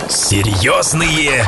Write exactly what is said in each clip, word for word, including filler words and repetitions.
Серьезные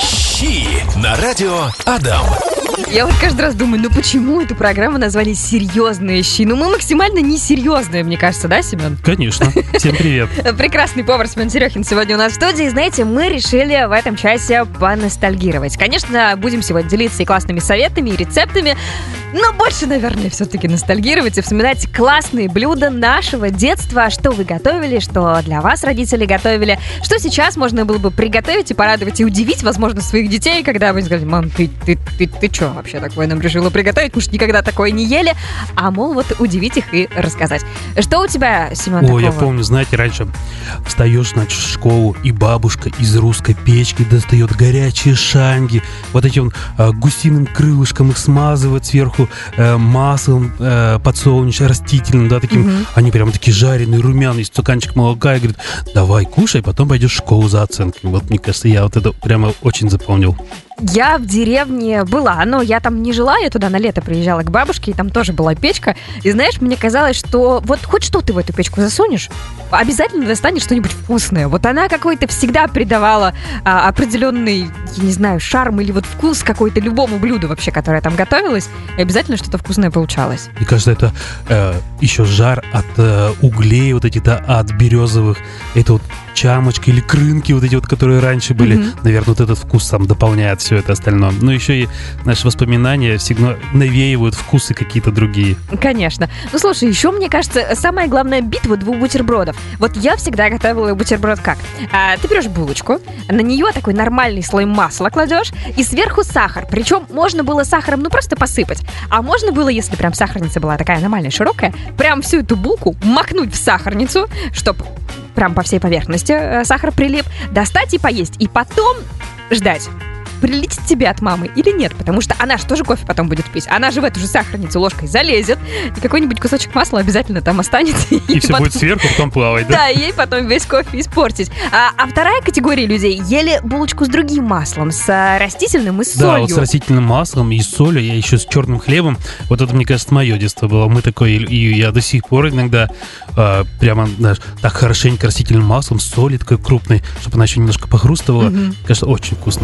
щи на радио Адам. Я вот каждый раз думаю, ну почему эту программу назвали «Серьезные щи»? Ну мы максимально несерьезные, мне кажется, да, Семен? Конечно. Всем привет. Прекрасный повар Семен Серехин сегодня у нас в студии. Знаете, мы решили в этом часе поностальгировать. Конечно, будем сегодня делиться и классными советами, и рецептами, но больше, наверное, все-таки ностальгировать и вспоминать классные блюда нашего детства. Что вы готовили, что для вас родители готовили, что сейчас можно было бы приготовить и порадовать, и удивить, возможно, своих детей, когда вы скажете: мам, ты, ты, ты, ты что вообще такое нам решила приготовить? Мы же никогда такое не ели. А, мол, вот удивить их и рассказать. Что у тебя, Семен, Ой, такого? я помню, знаете, раньше встаешь, значит, в школу, и бабушка из русской печки достает горячие шанги, вот этим э, гусиным крылышком их смазывает сверху э, маслом э, подсолнечным, растительным, да, таким. Мгм. Они прямо такие жареные, румяные, стаканчик молока, и говорит: давай, кушай, потом пойдешь в школу за оценками. Вот, мне кажется, я вот это прямо очень запомнил. Я в деревне была, но я там не жила, я туда на лето приезжала к бабушке, и там тоже была печка. И знаешь, мне казалось, что вот хоть что ты в эту печку засунешь, обязательно достанешь что-нибудь вкусное. Вот она какой-то всегда придавала а, определенный, я не знаю, шарм или вот вкус какой-то любому блюду вообще, которое там готовилось, и обязательно что-то вкусное получалось. Мне кажется, это э, еще жар от э, углей вот этих, да, от березовых. Это вот чамочка или крынки вот эти вот, которые раньше были. Мгм. Наверное, вот этот вкус там дополняет все это остальное. Ну, еще и наши воспоминания всегда навеивают вкусы какие-то другие. Конечно. Ну, слушай, еще, мне кажется, самая главная битва двух бутербродов. Вот я всегда готовила бутерброд как? А, ты берешь булочку, на нее такой нормальный слой масла кладешь, и сверху сахар. Причем можно было сахаром, ну, просто посыпать. А можно было, если прям сахарница была такая нормальная, широкая, прям всю эту булку макнуть в сахарницу, чтобы прям по всей поверхности э, сахар прилип, достать и поесть. И потом ждать, прилетит тебе от мамы или нет, потому что она же тоже кофе потом будет пить. Она же в эту же сахарницу ложкой залезет, и какой-нибудь кусочек масла обязательно там останется. И все потом- будет сверху, потом плавать, да? Да, и ей потом весь кофе испортить. А, а вторая категория людей ели булочку с другим маслом, с а, растительным и с Да, солью. вот с растительным маслом и с солью, я еще с черным хлебом. Вот это, мне кажется, мое детство было. Мы такое, и я до сих пор иногда а, прямо, знаешь, так хорошенько растительным маслом, соли такой крупной, чтобы она еще немножко похрустывала. Мгм. Кажется, очень вкусно.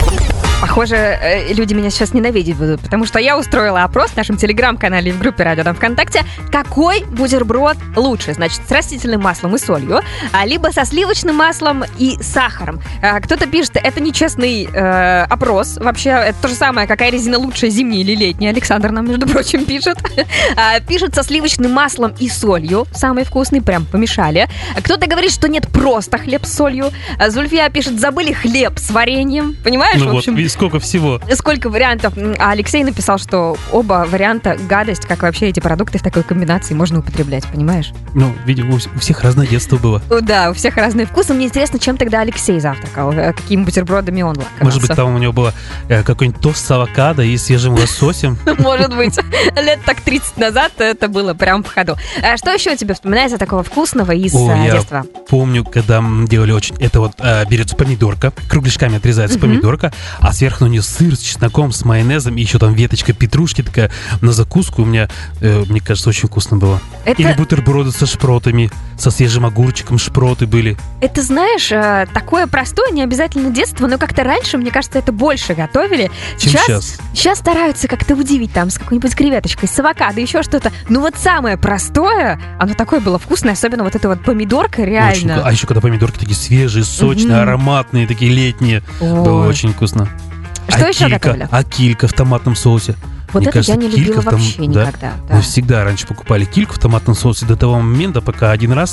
Похоже, э, люди меня сейчас ненавидеть будут, потому что я устроила опрос в нашем телеграм-канале и в группе Радио Адам ВКонтакте, какой бутерброд лучше, значит, с растительным маслом и солью, а, либо со сливочным маслом и сахаром. А, кто-то пишет, это нечестный э, опрос, вообще, это то же самое, какая резина лучше, зимняя или летняя, Александр нам, между прочим, пишет. А, пишет со сливочным маслом и солью, самый вкусный, прям помешали. Кто-то говорит, что нет, просто хлеб с солью. А Зульфия пишет, забыли хлеб с вареньем, понимаешь, Ну в вот, общем... видишь, сколько всего. Сколько вариантов. А Алексей написал, что оба варианта гадость, как вообще эти продукты в такой комбинации можно употреблять, понимаешь? Ну, видимо, у вс- у всех разное детство было. О, да, у всех разные вкусы. Мне интересно, чем тогда Алексей завтракал, э, какими бутербродами он лакомился. Может быть, там у него было э, какой-нибудь тост с авокадо и свежим лососем. Может быть. Лет так тридцать назад это было прям в ходу. А что еще тебе вспоминается такого вкусного из О, э, я детства? помню, когда м, делали очень... Это вот э, берется помидорка, кругляшками отрезается Мгм. помидорка, а сверху на нее сыр с чесноком, с майонезом, и еще там веточка петрушки такая на закуску. У меня, э, мне кажется, очень вкусно было. Это, Или бутерброды со шпротами, со свежим огурчиком, шпроты были. это, знаешь, э, такое простое, не обязательно детство, но как-то раньше, мне кажется, это больше готовили. Чем сейчас. Сейчас стараются как-то удивить там с какой-нибудь креветочкой, с авокадо, еще что-то. Ну вот самое простое, оно такое было вкусное, особенно вот эта вот помидорка, Очень реально. вку- а еще когда помидорки такие свежие, сочные, Мгм. ароматные, такие летние. Было Ой. очень вкусно. Что еще Акилька, готовили? акилька в томатном соусе. Вот Мне это кажется, я не любила килька в том- вообще да? никогда. да. Мы всегда раньше покупали кильку в томатном соусе до того момента, пока один раз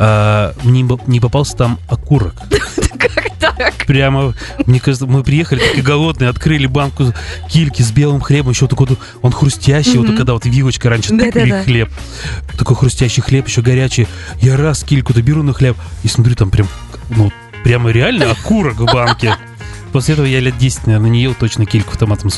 э, не, бо- не попался там окурок. Как так? Прямо, мне кажется, мы приехали такие голодные, открыли банку кильки с белым хлебом, еще такой, вот он хрустящий, вот Мгм. когда вот вилочкой раньше Да-да-да. тыкали хлеб, такой хрустящий хлеб, еще горячий. Я раз кильку-то беру на хлеб и смотрю, там прям, ну, прямо реально окурок в банке. После этого я лет десять, наверное, не ел точно кильку в томатном соусе.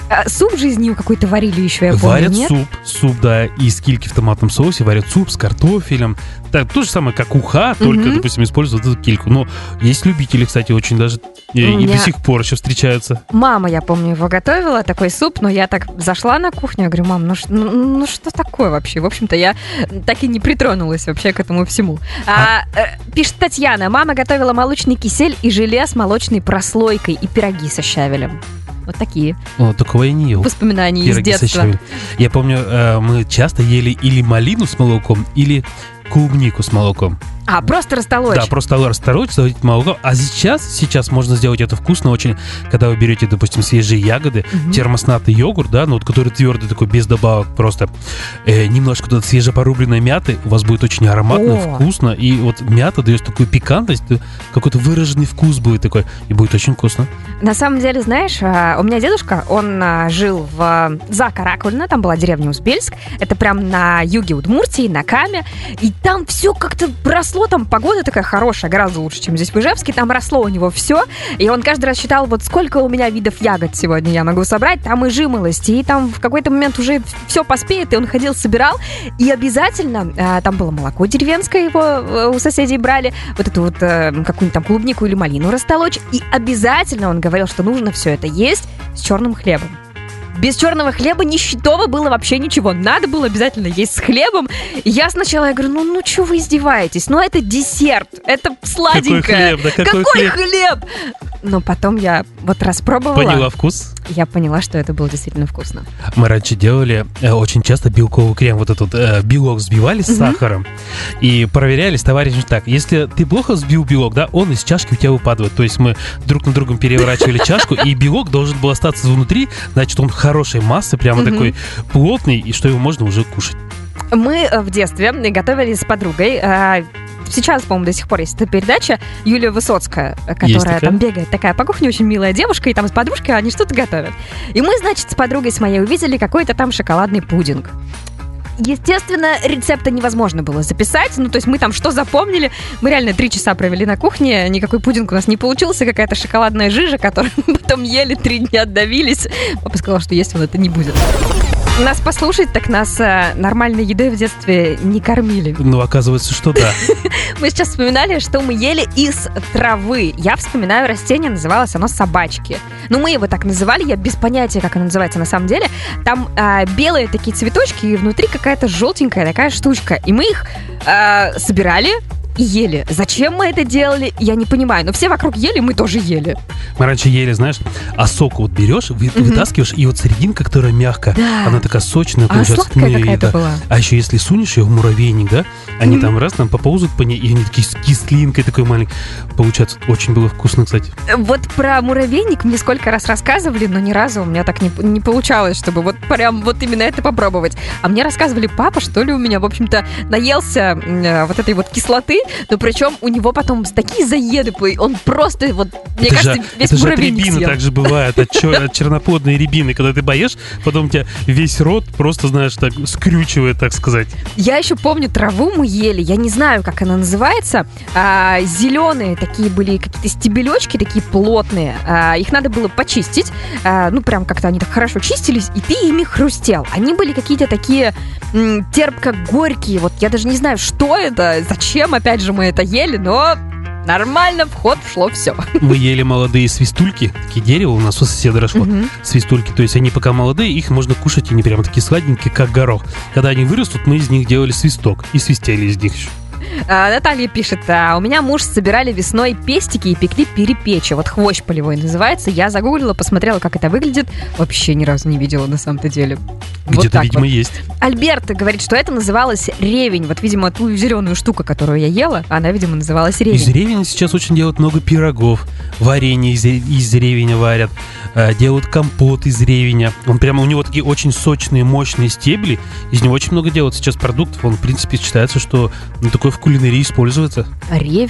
А, суп же из нее какой-то варили еще, я помню, Варят нет? суп, суп, да, из кильки в томатном соусе, варят суп с картофелем. Так, то же самое, как уха, только, Мгм. допустим, используют эту кильку. Но есть любители, кстати, очень даже, и, У и меня- до сих пор еще встречаются. Мама, я помню, его готовила, такой суп, но я так зашла на кухню, я говорю, мам, ну, ш- ну, ну что такое вообще? В общем-то, я так и не притронулась вообще к этому всему. А, э, пишет Татьяна, мама готовила молочный кисель и желе с молочной прослойкой и пироги со щавелем. Вот такие О, такого я не ел. воспоминания из Пироги со детства. щавелем. Я помню, э, мы часто ели или малину с молоком, или клубнику с молоком. А, просто растолочь. Да, просто растворить, добавить молоко. А сейчас, сейчас можно сделать это вкусно очень, когда вы берете, допустим, свежие ягоды, Мгм. термоснатый йогурт, да, ну вот который твердый такой, без добавок просто, э, немножко туда свежепорубленной мяты, у вас будет очень ароматно, О. вкусно, и вот мята дает такую пикантность, э, какой-то выраженный вкус будет такой, и будет очень вкусно. На самом деле, знаешь, а, у меня дедушка, он а, жил в а, за Каракульно, там была деревня Узбельск, это прям на юге Удмуртии, на Каме, и там все как-то росло, там погода такая хорошая, гораздо лучше, чем здесь в Ижевске, там росло у него все, и он каждый раз считал, вот сколько у меня видов ягод сегодня я могу собрать, там и жимолости, и там в какой-то момент уже все поспеет, и он ходил, собирал, и обязательно, а, там было молоко деревенское, его э, у соседей брали, вот эту вот э, какую-нибудь там клубнику или малину растолочь, и обязательно он говорил, что нужно все это есть с черным хлебом. Без черного хлеба нищетово было вообще ничего. Надо было обязательно есть с хлебом. И я сначала я говорю, ну, ну что вы издеваетесь? Ну, это десерт, это сладенькое. Какой хлеб, да какой, Какой хлеб? хлеб? Но потом я вот распробовала. Поняла вкус? Я поняла, что это было действительно вкусно. Мы раньше делали э, очень часто белковый крем, вот этот э, белок взбивали с Мгм. сахаром и проверяли с товарищем так, если ты плохо взбил белок, да, он из чашки у тебя выпадает, то есть мы друг на другом переворачивали чашку, и белок должен был остаться внутри, значит, он хорошей массы, прямо Мгм. такой плотный, и что его можно уже кушать. Мы э, в детстве готовили с подругой. э, Сейчас, по-моему, до сих пор есть эта передача Юлия Высоцкая, э, которая такая? там бегает, такая по кухне, очень милая девушка, и там с подружкой они что-то готовят. И мы, значит, с подругой с моей увидели какой-то там шоколадный пудинг. Естественно, рецепта невозможно было записать. Ну, то есть мы там что запомнили? Мы реально три часа провели на кухне, никакой пудинг у нас не получился, какая-то шоколадная жижа, которую мы потом ели, три дня отдавились. Папа сказал, что есть он это не будет. Нас послушать, так нас э, нормальной едой в детстве не кормили. Ну, оказывается, что да. Мы сейчас вспоминали, что мы ели из травы. Я вспоминаю растение, называлось оно собачки. Ну, мы его так называли, я без понятия, как оно называется на самом деле. Там а, белые такие цветочки, и внутри какая-то желтенькая такая штучка. И мы их а, собирали и ели. Зачем мы это делали, я не понимаю. Но все вокруг ели, мы тоже ели. Мы раньше ели, знаешь, а соку вот берешь, вы- Мгм. вытаскиваешь, и вот серединка, которая мягкая, Да. она такая сочная, А получается. сладкая Ну, и какая-то да. была. А еще если сунешь ее в муравейник, да, они Мгм. там раз там поползут по ней, и они такие с кислинкой такой маленькой. Получается, очень было вкусно, кстати. Вот про муравейник мне сколько раз рассказывали, но ни разу у меня так не, не получалось, чтобы вот прям вот именно это попробовать. А мне рассказывали, папа, что ли, у меня, в общем-то, наелся э, вот этой вот кислоты, но причем у него потом такие заеды, были, он просто вот, мне это кажется, же, весь это же от муравейник рябины съел. так же бывает, от, чер- от черноплодной рябины. Когда ты боешь, потом у тебя весь рот просто, знаешь, так скрючивает, так сказать. Я еще помню, траву мы ели, я не знаю, как она называется. А, зеленые такие были какие-то стебелечки, такие плотные. А, их надо было почистить. А, ну, прям как-то они так хорошо чистились, и ты ими хрустел. Они были какие-то такие м, терпко-горькие. Вот я даже не знаю, что это, зачем, опять же, мы это ели, но нормально, в ход шло все. Мы ели молодые свистульки, такие дерева у нас у соседа росло. Свистульки, то есть они пока молодые, их можно кушать, и они прямо такие сладенькие, как горох. Когда они вырастут, мы из них делали свисток и свистели из них еще. А, Наталья пишет, а, у меня муж собирали весной пестики и пекли перепечи. Вот хвощ полевой называется. Я загуглила, посмотрела, как это выглядит. Вообще ни разу не видела на самом-то деле. Вот Где-то, так видимо, вот. есть. Альберт говорит, что это называлось ревень. Вот, видимо, ту зеленую штуку, которую я ела, она, видимо, называлась ревень. Из ревеня сейчас очень делают много пирогов, варенье из, из ревеня варят, э, делают компот из ревеня. Он прямо, у него такие очень сочные, мощные стебли, из него очень много делают сейчас продуктов. Он, в принципе, считается, что ну, такое в кулинарии используется. Ревень?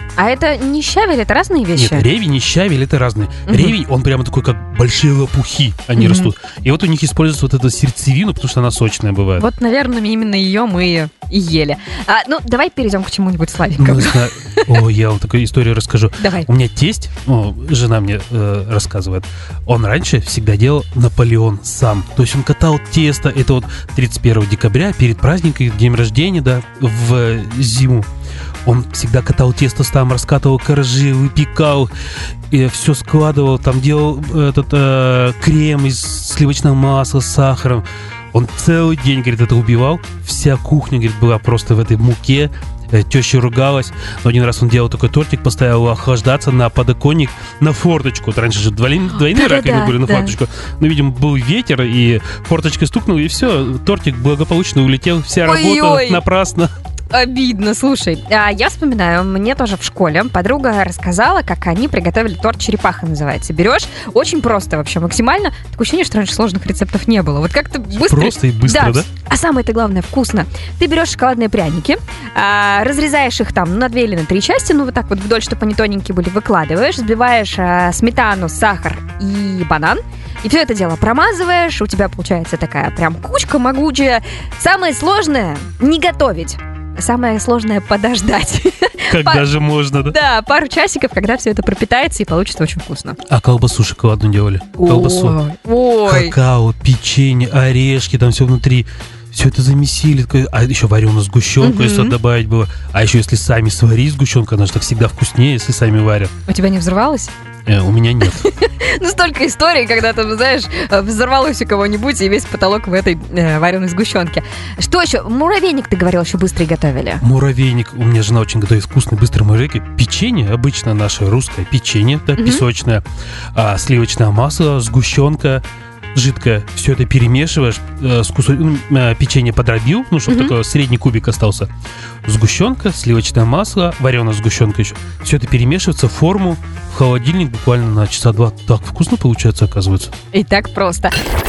А это не щавель, это разные вещи? Нет, ревень и щавель это разные. Мгм. Ревень, он прямо такой, как большие лопухи, они Мгм. растут. И вот у них используется вот эта сердцевина, потому что она сочная бывает. Вот, наверное, именно ее мы и ели. А, ну, давай перейдем к чему-нибудь Ну, сладенькому. зна- О, я вам такую историю расскажу. Давай. У меня тесть, о, жена мне э, рассказывает, он раньше всегда делал Наполеон сам. То есть он катал тесто, это вот тридцать первого декабря, перед праздником, день рождения, да, в э, зиму. Он всегда катал тесто сам, раскатывал коржи, выпекал, и все складывал, там делал этот э, крем из сливочного масла с сахаром. Он целый день, говорит, это убивал. Вся кухня, говорит, была просто в этой муке. Э, Теща ругалась. Но один раз он делал такой тортик, поставил его охлаждаться на подоконник, на форточку. Вот раньше же двойные, двойные Да-да-да, раковины были на да. форточку. Но, видимо, был ветер, и форточкой стукнул, и все, тортик благополучно улетел. Вся Ой-ой. работа напрасно. Обидно, слушай. А, я вспоминаю, мне тоже в школе подруга рассказала, как они приготовили торт «Черепаха» называется. Берешь, очень просто вообще, максимально. Такое ощущение, что раньше сложных рецептов не было. Вот как-то быстро... Просто и быстро, да? А самое-то главное, вкусно. Ты берешь шоколадные пряники, а, разрезаешь их там на две или на три части, ну вот так вот вдоль, чтобы они тоненькие были, выкладываешь, взбиваешь а, сметану, сахар и банан. И все это дело промазываешь, у тебя получается такая прям кучка могучая. Самое сложное — не готовить. Самое сложное — подождать. Когда Па- же можно, да? Да, пару часиков, когда все это пропитается и получится очень вкусно. А колбасу шоколадную делали? Колбасу. Ой, ой. Какао, печенье, орешки, там все внутри. Все это замесили. такое- А еще вареную сгущенку, Мгм. если туда добавить было. А еще если сами сварить сгущенку, она же так всегда вкуснее, если сами варят. У тебя не взорвалось? Э, у меня нет. Ну, столько историй, когда ты, знаешь, э, взорвалось у кого-нибудь, и весь потолок в этой э, вареной сгущенке. Что еще? Муравейник, ты говорил, еще быстрый готовили. Муравейник. У меня жена очень готовит вкусный, быстрый муравейник. Печенье, обычно наше русское печенье, да, Мгм. песочное. А, сливочное масло, сгущенка жидкое. Все это перемешиваешь. э, с кусо- ну, э, печенье подробил, ну, чтобы Мгм. такой средний кубик остался. Сгущенка, сливочное масло, вареная сгущенка еще. Все это перемешивается в форму, в холодильник буквально на часа два. Так вкусно получается, оказывается. И так просто.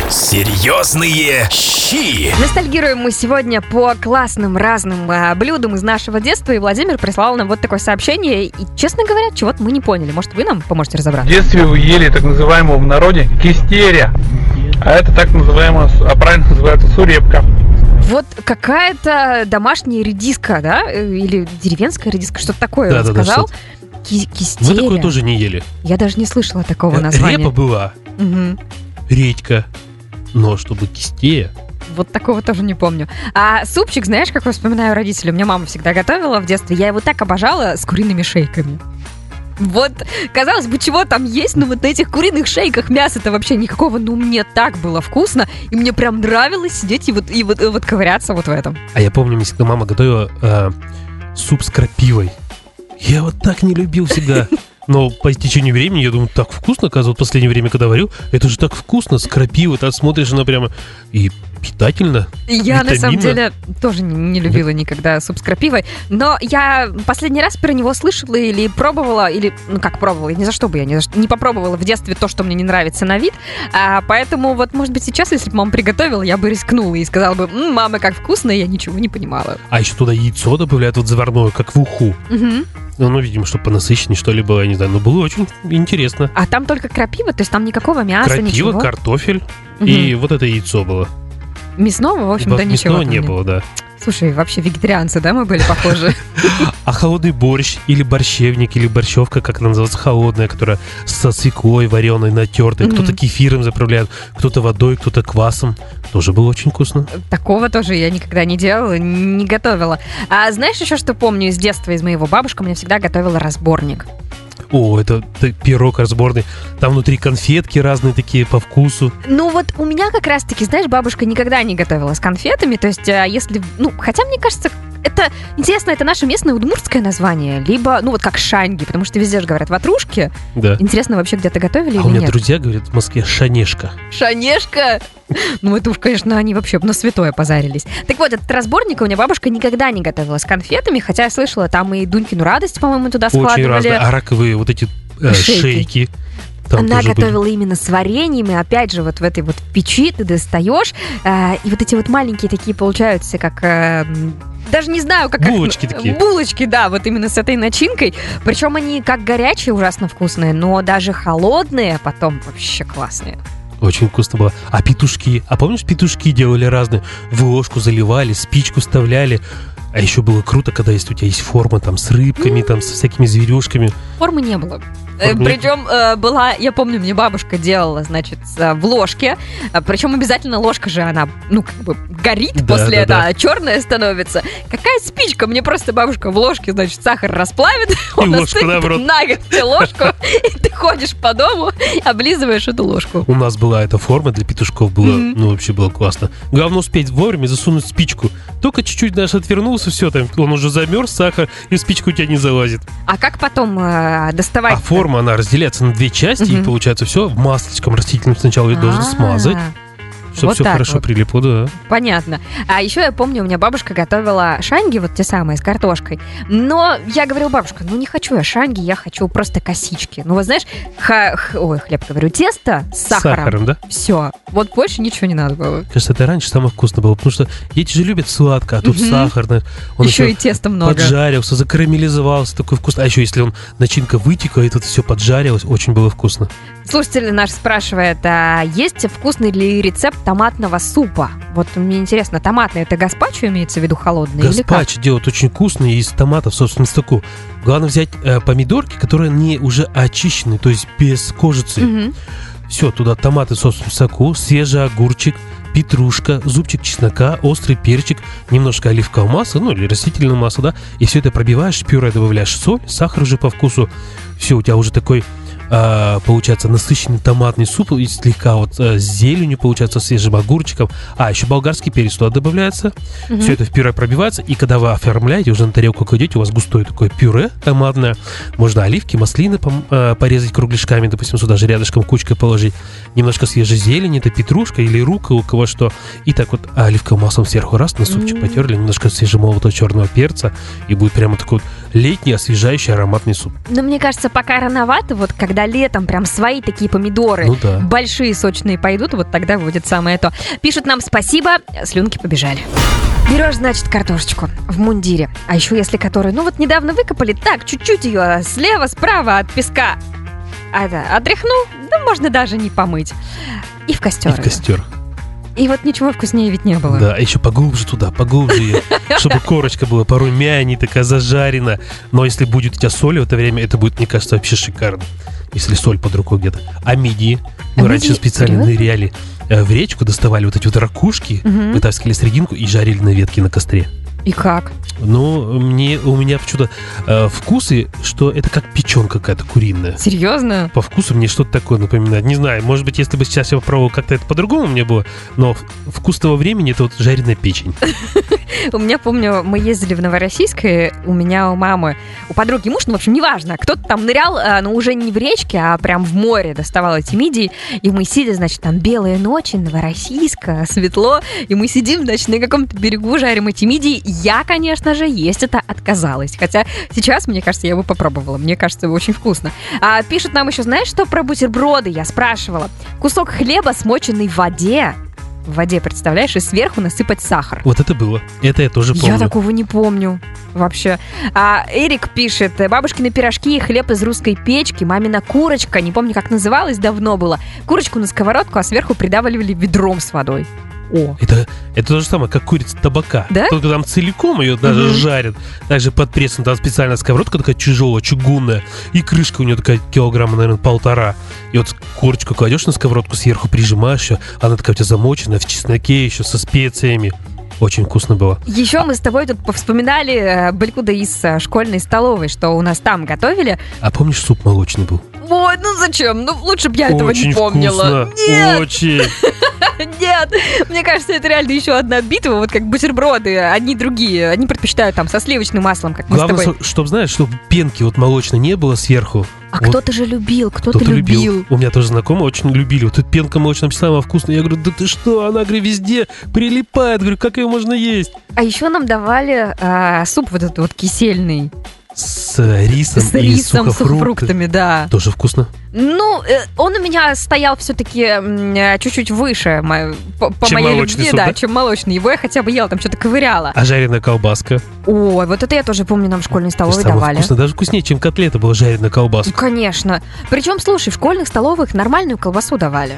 Серьезные щи. Ностальгируем мы сегодня по классным разным а, блюдам из нашего детства, и Владимир прислал нам вот такое сообщение, и, честно говоря, чего-то мы не поняли. Может, вы нам поможете В разобраться? детстве вы ели так называемого в народе кистеря, а это так называемая, а правильно называется сурепка. Вот какая-то домашняя редиска, да? Э, Или деревенская редиска, что-то такое он Да-да-да, сказал. Ки- Кистеря. Вы такое тоже не ели? Я даже не слышала такого Э, названия. Репа была, Мгм. редька. Но чтобы кистея... Вот такого тоже не помню. А супчик, знаешь, как я вспоминаю родителей? У меня мама всегда готовила в детстве. Я его так обожала с куриными шейками. Вот, казалось бы, чего там есть, но вот на этих куриных шейках мяса-то вообще никакого, ну, мне так было вкусно, и мне прям нравилось сидеть и вот, и вот, и вот ковыряться вот в этом. А я помню, мне всегда мама готовила э, суп с крапивой. Я вот так не любил всегда. Но по истечению времени, я думаю, так вкусно, оказывается, в последнее время, когда варю, это же так вкусно, с крапивой, ты смотришь, она прямо и питательно. Я, на самом Витаминно. деле, тоже не, не любила никогда суп с крапивой, но я последний раз про него слышала или пробовала, или, ну, как пробовала, ни за что бы я ни за что, не попробовала в детстве то, что мне не нравится на вид, а, поэтому вот, может быть, сейчас, если бы мама приготовила, я бы рискнула и сказала бы, «М, мама, как вкусно», и я ничего не понимала. А еще туда яйцо добавляют вот заварное, как в уху. Мгм. Ну, ну, видимо, чтобы понасыщеннее, что ли, было, я не знаю. Но было очень интересно. А там только крапива, то есть там никакого мяса, Крапива, ничего? картофель Мгм. и вот это яйцо было. Мясного, в общем-то, Мясного ничего там не нет. было, да. Слушай, вообще вегетарианцы, да, мы были похожи? А холодный борщ или борщевник, или борщевка, как она называется, холодная, которая со свеклой вареной, натертой. Мгм. Кто-то кефиром заправляет, кто-то водой, кто-то квасом. Тоже было очень вкусно. Такого тоже я никогда не делала, не готовила. А знаешь еще, что помню из детства, из моего бабушка мне всегда готовила разборник. О, это т- пирог разборный. Там внутри конфетки разные такие по вкусу. Ну вот у меня как раз-таки, знаешь, бабушка никогда не готовила с конфетами, то есть а, если, ну, хотя мне кажется, это, интересно, это наше местное удмуртское название, либо, ну вот как шанги, потому что везде же говорят ватрушки. Да. Интересно, вообще где-то готовили А у или меня нет? друзья говорят в Москве шанешка. Шанешка? Ну, это уж, конечно, они вообще на святое позарились. Так вот, этот разборник у меня бабушка никогда не готовила с конфетами, хотя я слышала, там и Дунькину радость, по-моему, туда Очень складывали. разные. А раковые вот эти э, Шейки. шейки. Там Она тоже были. готовила именно с вареньем, и опять же, вот в этой вот печи ты достаешь, э, и вот эти вот маленькие такие получаются, как... э, м, даже не знаю, как... Булочки их... такие. Булочки, да, вот именно с этой начинкой. Причем они как горячие, ужасно вкусные, но даже холодные потом вообще классные. Очень вкусно было. А петушки? А помнишь, петушки делали разные? В ложку заливали, спичку вставляли. А еще было круто, когда есть у тебя есть форма там с рыбками, там со всякими зверюшками. Формы не было. Формы не Причем э, была, я помню, мне бабушка делала, значит, э, в ложке. Э, Причем обязательно ложка же, она, ну, как бы горит Да, после да, этого, да. черная становится. Какая спичка? Мне просто бабушка в ложке, значит, сахар расплавит, он ложку остынет, наоборот. наготь ложку, и ты ходишь по дому, облизываешь эту ложку. У нас была эта форма для петушков, было, Мгм. ну, вообще было классно. Главное успеть вовремя засунуть спичку. Только чуть-чуть даже отвернулся, все, там, он уже замерз, сахар, и спичка у тебя не залазит. А как потом э, доставать? А форма, она разделяется на две части, Мгм. и получается все в маслечком растительном сначала ее должен смазать, чтобы вот все так хорошо вот. прилипло, да. Понятно. А еще я помню, у меня бабушка готовила шанги, вот те самые, с картошкой. Но я говорила, бабушка, ну не хочу я шанги, я хочу просто косички. Ну вот знаешь, ха- х- ой, хлеб, говорю, тесто с С сахаром. сахаром, да? Все. Вот больше ничего не надо было. Кажется, это раньше самое вкусное было, потому что дети же любят сладко, а тут Мгм. сахарно. Он еще еще и теста много. поджарился, закарамелизовался, такой вкусный. А еще если он, начинка вытекла, и тут все поджарилось, очень было вкусно. Слушатель наш спрашивает, а есть вкусный ли рецепт томатного супа? Вот мне интересно, томатный это гаспачо имеется в виду холодный или как? Гаспачо делают очень вкусный из томатов, собственно, соку. Главное взять э, помидорки, которые не уже очищены, то есть без кожицы. Мгм. Все, туда томаты в собственном соку, свежий огурчик, петрушка, зубчик чеснока, острый перчик, немножко оливкового масла, ну или растительного масла, да, и все это пробиваешь, в пюре добавляешь соль, сахар уже по вкусу, все, у тебя уже такой, а, получается, насыщенный томатный суп, и слегка вот а, с зеленью, получается, свежим огурчиком, а еще болгарский перец туда добавляется, Мгм. все это в пюре пробивается, и когда вы оформляете, уже на тарелку кладете, у вас густое такое пюре томатное, можно оливки, маслины пом- а, порезать кругляшками, допустим, сюда же рядышком кучкой положить, немножко свежей зелени, это петрушка или рука, у кого что, и так вот оливковым маслом сверху раз, на супчик М. потерли, немножко свежемолотого черного перца, и будет прямо такой вот летний, освежающий, ароматный суп. Но мне кажется, пока рановато, вот когда летом прям свои такие помидоры, Ну да. большие, сочные пойдут, вот тогда будет самое то. Пишут нам спасибо, слюнки побежали. Берешь, значит, картошечку в мундире. А еще если которую, ну вот недавно выкопали, так, чуть-чуть ее слева, справа от песка. А это, отряхнул, да можно даже не помыть. И в костер. И в костер. И вот ничего вкуснее ведь не было. Да, а еще поглубже туда, поглубже ее, чтобы корочка была порумяней, такая зажарена. Но если будет у тебя соль в это время, это будет, мне кажется, вообще шикарно. Если соль под рукой где-то. А мидии? Мы А раньше мидии? специально Серьезно? ныряли э, в речку, доставали вот эти вот ракушки, Мгм. вытаскивали срединку и жарили на ветке на костре. И как? Ну, мне, у меня почему-то э, вкусы, что это как печенка какая-то куриная. Серьезно? По вкусу мне что-то такое напоминает. Не знаю, может быть, если бы сейчас я попробовал, как-то это по-другому мне было, но в- вкус того времени это вот жареная печень. У меня, помню, мы ездили в Новороссийск, и у меня у мамы, у подруги муж, ну, в общем, неважно, кто-то там нырял, а, но уже не в речке, а прям в море доставал эти мидии, и мы сидим, значит, там белые ночи, Новороссийск, а, светло, и мы сидим, значит, на каком-то берегу, жарим эти мидии. Я, конечно же, есть это отказалась, хотя сейчас, мне кажется, я бы попробовала, мне кажется, очень вкусно. А, пишут нам еще, знаешь, что про бутерброды? Я спрашивала. Кусок хлеба, смоченный в воде, в воде, представляешь, и сверху насыпать сахар. Вот это было. Это я тоже помню. Я такого не помню вообще. А Эрик пишет, бабушкины пирожки и хлеб из русской печки, мамина курочка, не помню, как называлась, давно было. Курочку на сковородку, а сверху придавливали ведром с водой. О, Это, это то же самое, как курица табака. Да? Только там целиком ее даже Мгм. жарят. Также под прессом там специальная сковородка такая тяжелая, чугунная. И крышка у нее такая килограмма, наверное, полтора. И вот курочку кладешь на сковородку, сверху прижимаешь ее. Она такая у тебя замоченная, в чесноке еще, со специями. Очень вкусно было. еще мы с тобой тут повспоминали э, блюда из э, школьной столовой, что у нас там готовили. А помнишь, суп молочный был? Ой, ну зачем? Ну лучше бы я этого Очень не помнила. вкусно. Нет, Очень. нет. Мне кажется, это реально еще одна битва, вот как бутерброды, одни другие. Они предпочитают там со сливочным маслом, как мы Главное, с тобой. чтобы, знаешь, чтобы пенки вот молочной не было сверху. А Вот кто-то же любил, кто-то, Кто-то любил. любил. У меня тоже знакомые очень любили. Вот эта пенка молочная самая вкусная. Я говорю, да ты что? Она, говорю, везде прилипает. Говорю, как ее можно есть? А еще нам давали а, суп вот этот вот кисельный. с рисом С и рисом, сухофрукты. сухофруктами, да. Тоже вкусно. Ну, э, он у меня стоял все-таки чуть-чуть выше мо- по, по Чем моей молочный любви, суп, да, да? чем молочный. Его я хотя бы ела, там что-то ковыряла. А жареная колбаска? Ой, вот это я тоже помню, нам в школьной столовой Самое давали. вкусное. Даже вкуснее, чем котлета была жареная Ну, колбаска. конечно. Причем, слушай, в школьных столовых нормальную колбасу давали.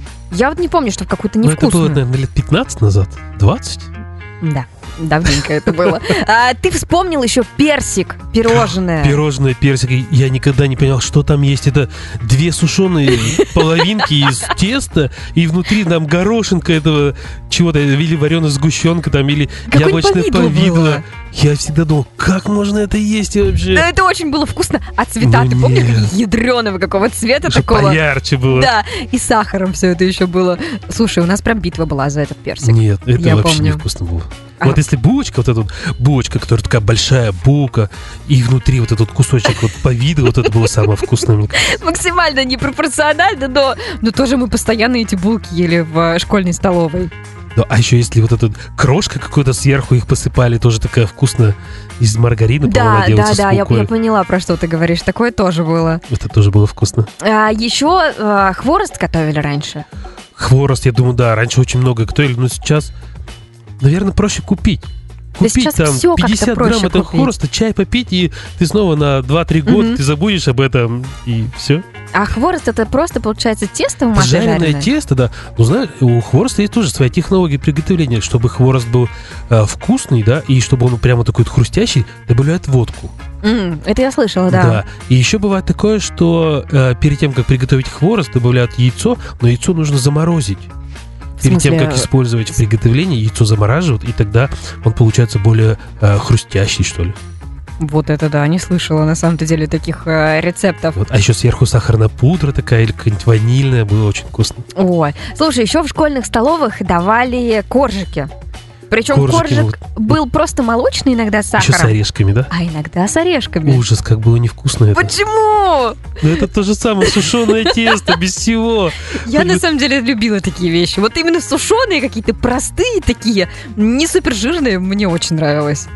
Я вот не помню, что в какую-то Ну, это было, невкусную. наверное, лет пятнадцать назад. двадцать? Да, давненько это было. А, ты вспомнил еще персик, пирожное. Пирожное, персик. И Я никогда не понял, что там есть. Это две сушеные половинки из теста, и внутри там горошинка этого чего-то, или вареная сгущенка, там, или Какое яблочное повидло повидло. было. Я всегда думал, как можно это есть вообще? Да, это очень было вкусно. А цвета, Ну ты помнишь, нет. какие ядреного какого цвета Чтобы такого? поярче было. Да, и сахаром все это еще было. Слушай, у нас прям битва была за этот персик. Нет, это Я вообще помню. невкусно было. А. Вот если булочка, вот эта вот булочка, которая такая большая булка, и внутри вот этот кусочек вот повидла, вот это было самое вкусное, мне кажется. Максимально непропорционально, но, но тоже мы постоянно эти булки ели в э, школьной столовой. Да, а еще если вот эта крошка какой-то сверху их посыпали, тоже такая вкусная, из маргарина, по-моему, Да, она да, делается да, с я, мукой. я поняла, про что ты говоришь. Такое тоже было. Это тоже было вкусно. А, еще э, хворост готовили раньше. Хворост, я думаю, да, раньше очень много готовили, но сейчас, наверное, проще купить. Да Купить сейчас там всё как-то пятьдесят проще грамм этого купить. хвороста, чай попить, и ты снова на два-три года Мгм. ты забудешь об этом, и все. А хворост это просто, получается, тесто в масле Жареное жареное? тесто, да. Ну, знаешь, у хвороста есть тоже своя технология приготовления. Чтобы хворост был э, вкусный, да, и чтобы он прямо такой вот хрустящий, добавляют водку. М, это я слышала, да. И еще бывает такое, что э, перед тем, как приготовить хворост, добавляют яйцо, но яйцо нужно заморозить. В Перед тем, смысле, как использовать в приготовлении, яйцо замораживают, и тогда он получается более э, хрустящий, что ли. Вот это да, не слышала на самом-то деле таких э, рецептов. Вот. А еще сверху сахарная пудра такая, или какая-нибудь ванильная, было очень вкусно. Ой, слушай, еще в школьных столовых давали коржики. Причем Коржики, коржик был просто молочный иногда с Еще с сахаром, орешками, да? а иногда с орешками. Ужас, как было невкусно это. Почему? Ну, это то же самое, сушеное тесто, без всего. Я на самом деле любила такие вещи. Вот именно сушеные какие-то простые такие, не супер жирные, мне очень нравилось.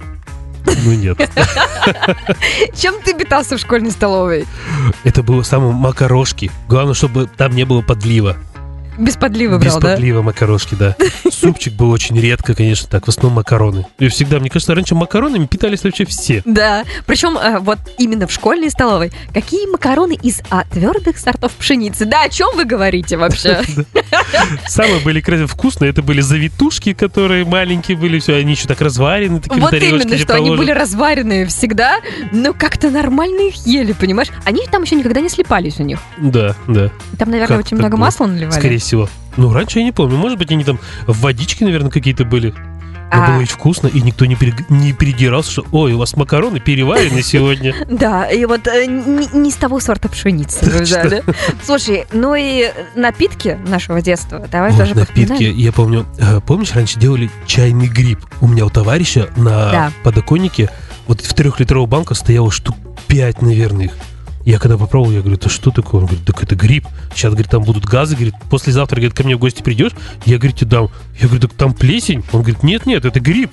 Ну, нет. Чем ты питался в школьной столовой? Это было самое макарошки. Главное, чтобы там не было подлива. Без подливы Без брал, да? подлива макарошки, да. Супчик был очень редко, конечно, так. В основном макароны. И всегда, мне кажется, раньше макаронами питались вообще все. Да, причем э, вот именно в школьной столовой. Какие макароны из а, твердых сортов пшеницы? Да, о чем вы говорите вообще? Самые были красивые, вкусные. Это были завитушки, которые маленькие были. Все, они еще так разварены. Такие Вот на тарелочке именно, тебе что они положат. были разваренные всегда, но как-то нормально их ели, понимаешь? Они там еще никогда не слипались у них. Да, да. Там, наверное, Как очень так много было? масла наливали. Скорее всего. Ну, раньше я не помню. Может быть, они там в водичке, наверное, какие-то были. Но А. было ведь вкусно, и никто не, перег- не передирался, что «Ой, у вас макароны переварены сегодня». Да, и вот э, не, не с того сорта пшеницы вы Точно. взяли. Слушай, ну и напитки нашего детства, давай Ой, тоже напитки. повспоминаем. Я помню, э, помнишь, раньше делали чайный гриб? У меня у товарища на Да. подоконнике вот в трехлитровых банках стояло штук пять, наверное, их. Я когда попробовал, я говорю, это что такое? Он говорит, так это гриб. Сейчас, говорит, там будут газы. Говорит, послезавтра, говорит, ко мне в гости придешь, я, говорит, тебе дам. Я говорю, так там плесень. Он говорит, нет-нет, это гриб.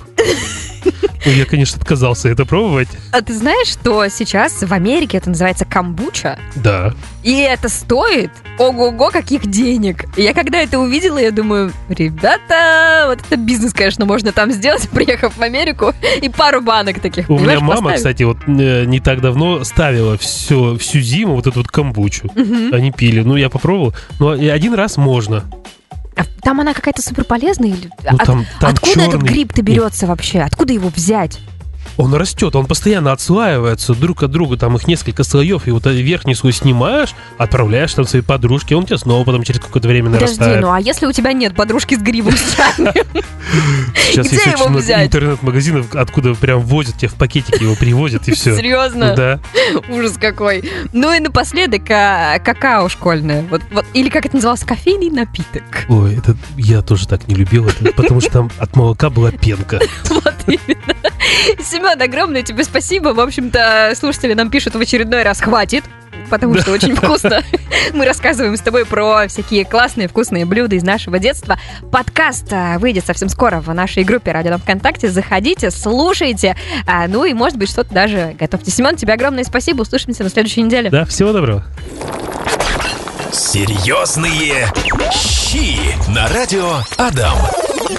Ну, я, конечно, отказался это пробовать. А ты знаешь, что сейчас в Америке это называется камбуча? Да. И это стоит ого-го каких денег. И я когда это увидела, я думаю, ребята, вот это бизнес, конечно, можно там сделать, приехав в Америку, и пару банок таких, У меня понимаешь, мама, поставить. кстати, вот э, не так давно ставила все, всю зиму вот эту вот камбучу. Мгм. Они пили. Ну, я попробовал. Но и один раз можно. А там она какая-то супер полезная? Или... Ну, От- там, там Откуда этот черный. гриб-то берется вообще? Откуда его взять? Он растет, он постоянно отслаивается друг от друга, там их несколько слоев, и вот верхний слой снимаешь, отправляешь там своей подружке, он тебя снова потом через какое-то время Подожди, нарастает. ну а если у тебя нет подружки с грибом с чайным? Сейчас где есть его очень много взять? интернет-магазинов, откуда прям возят, тебе в пакетике его привозят, и все. Серьезно? Да. Ужас какой. Ну и напоследок а, какао школьное. Вот, вот, или как это называлось, кофейный напиток. Ой, это я тоже так не любил, это, потому что там от молока была пенка. Вот именно. Семен, огромное тебе спасибо. В общем-то, слушатели нам пишут в очередной раз «Хватит». потому что очень вкусно. Мы рассказываем с тобой про всякие классные, вкусные блюда из нашего детства. Подкаст а, выйдет совсем скоро в нашей группе «Радио Адам ВКонтакте». Заходите, слушайте. А, ну и, может быть, что-то даже готовьте. Семен, тебе огромное спасибо. Услышимся на следующей неделе. Да, всего доброго. Серьезные щи на радио Адам.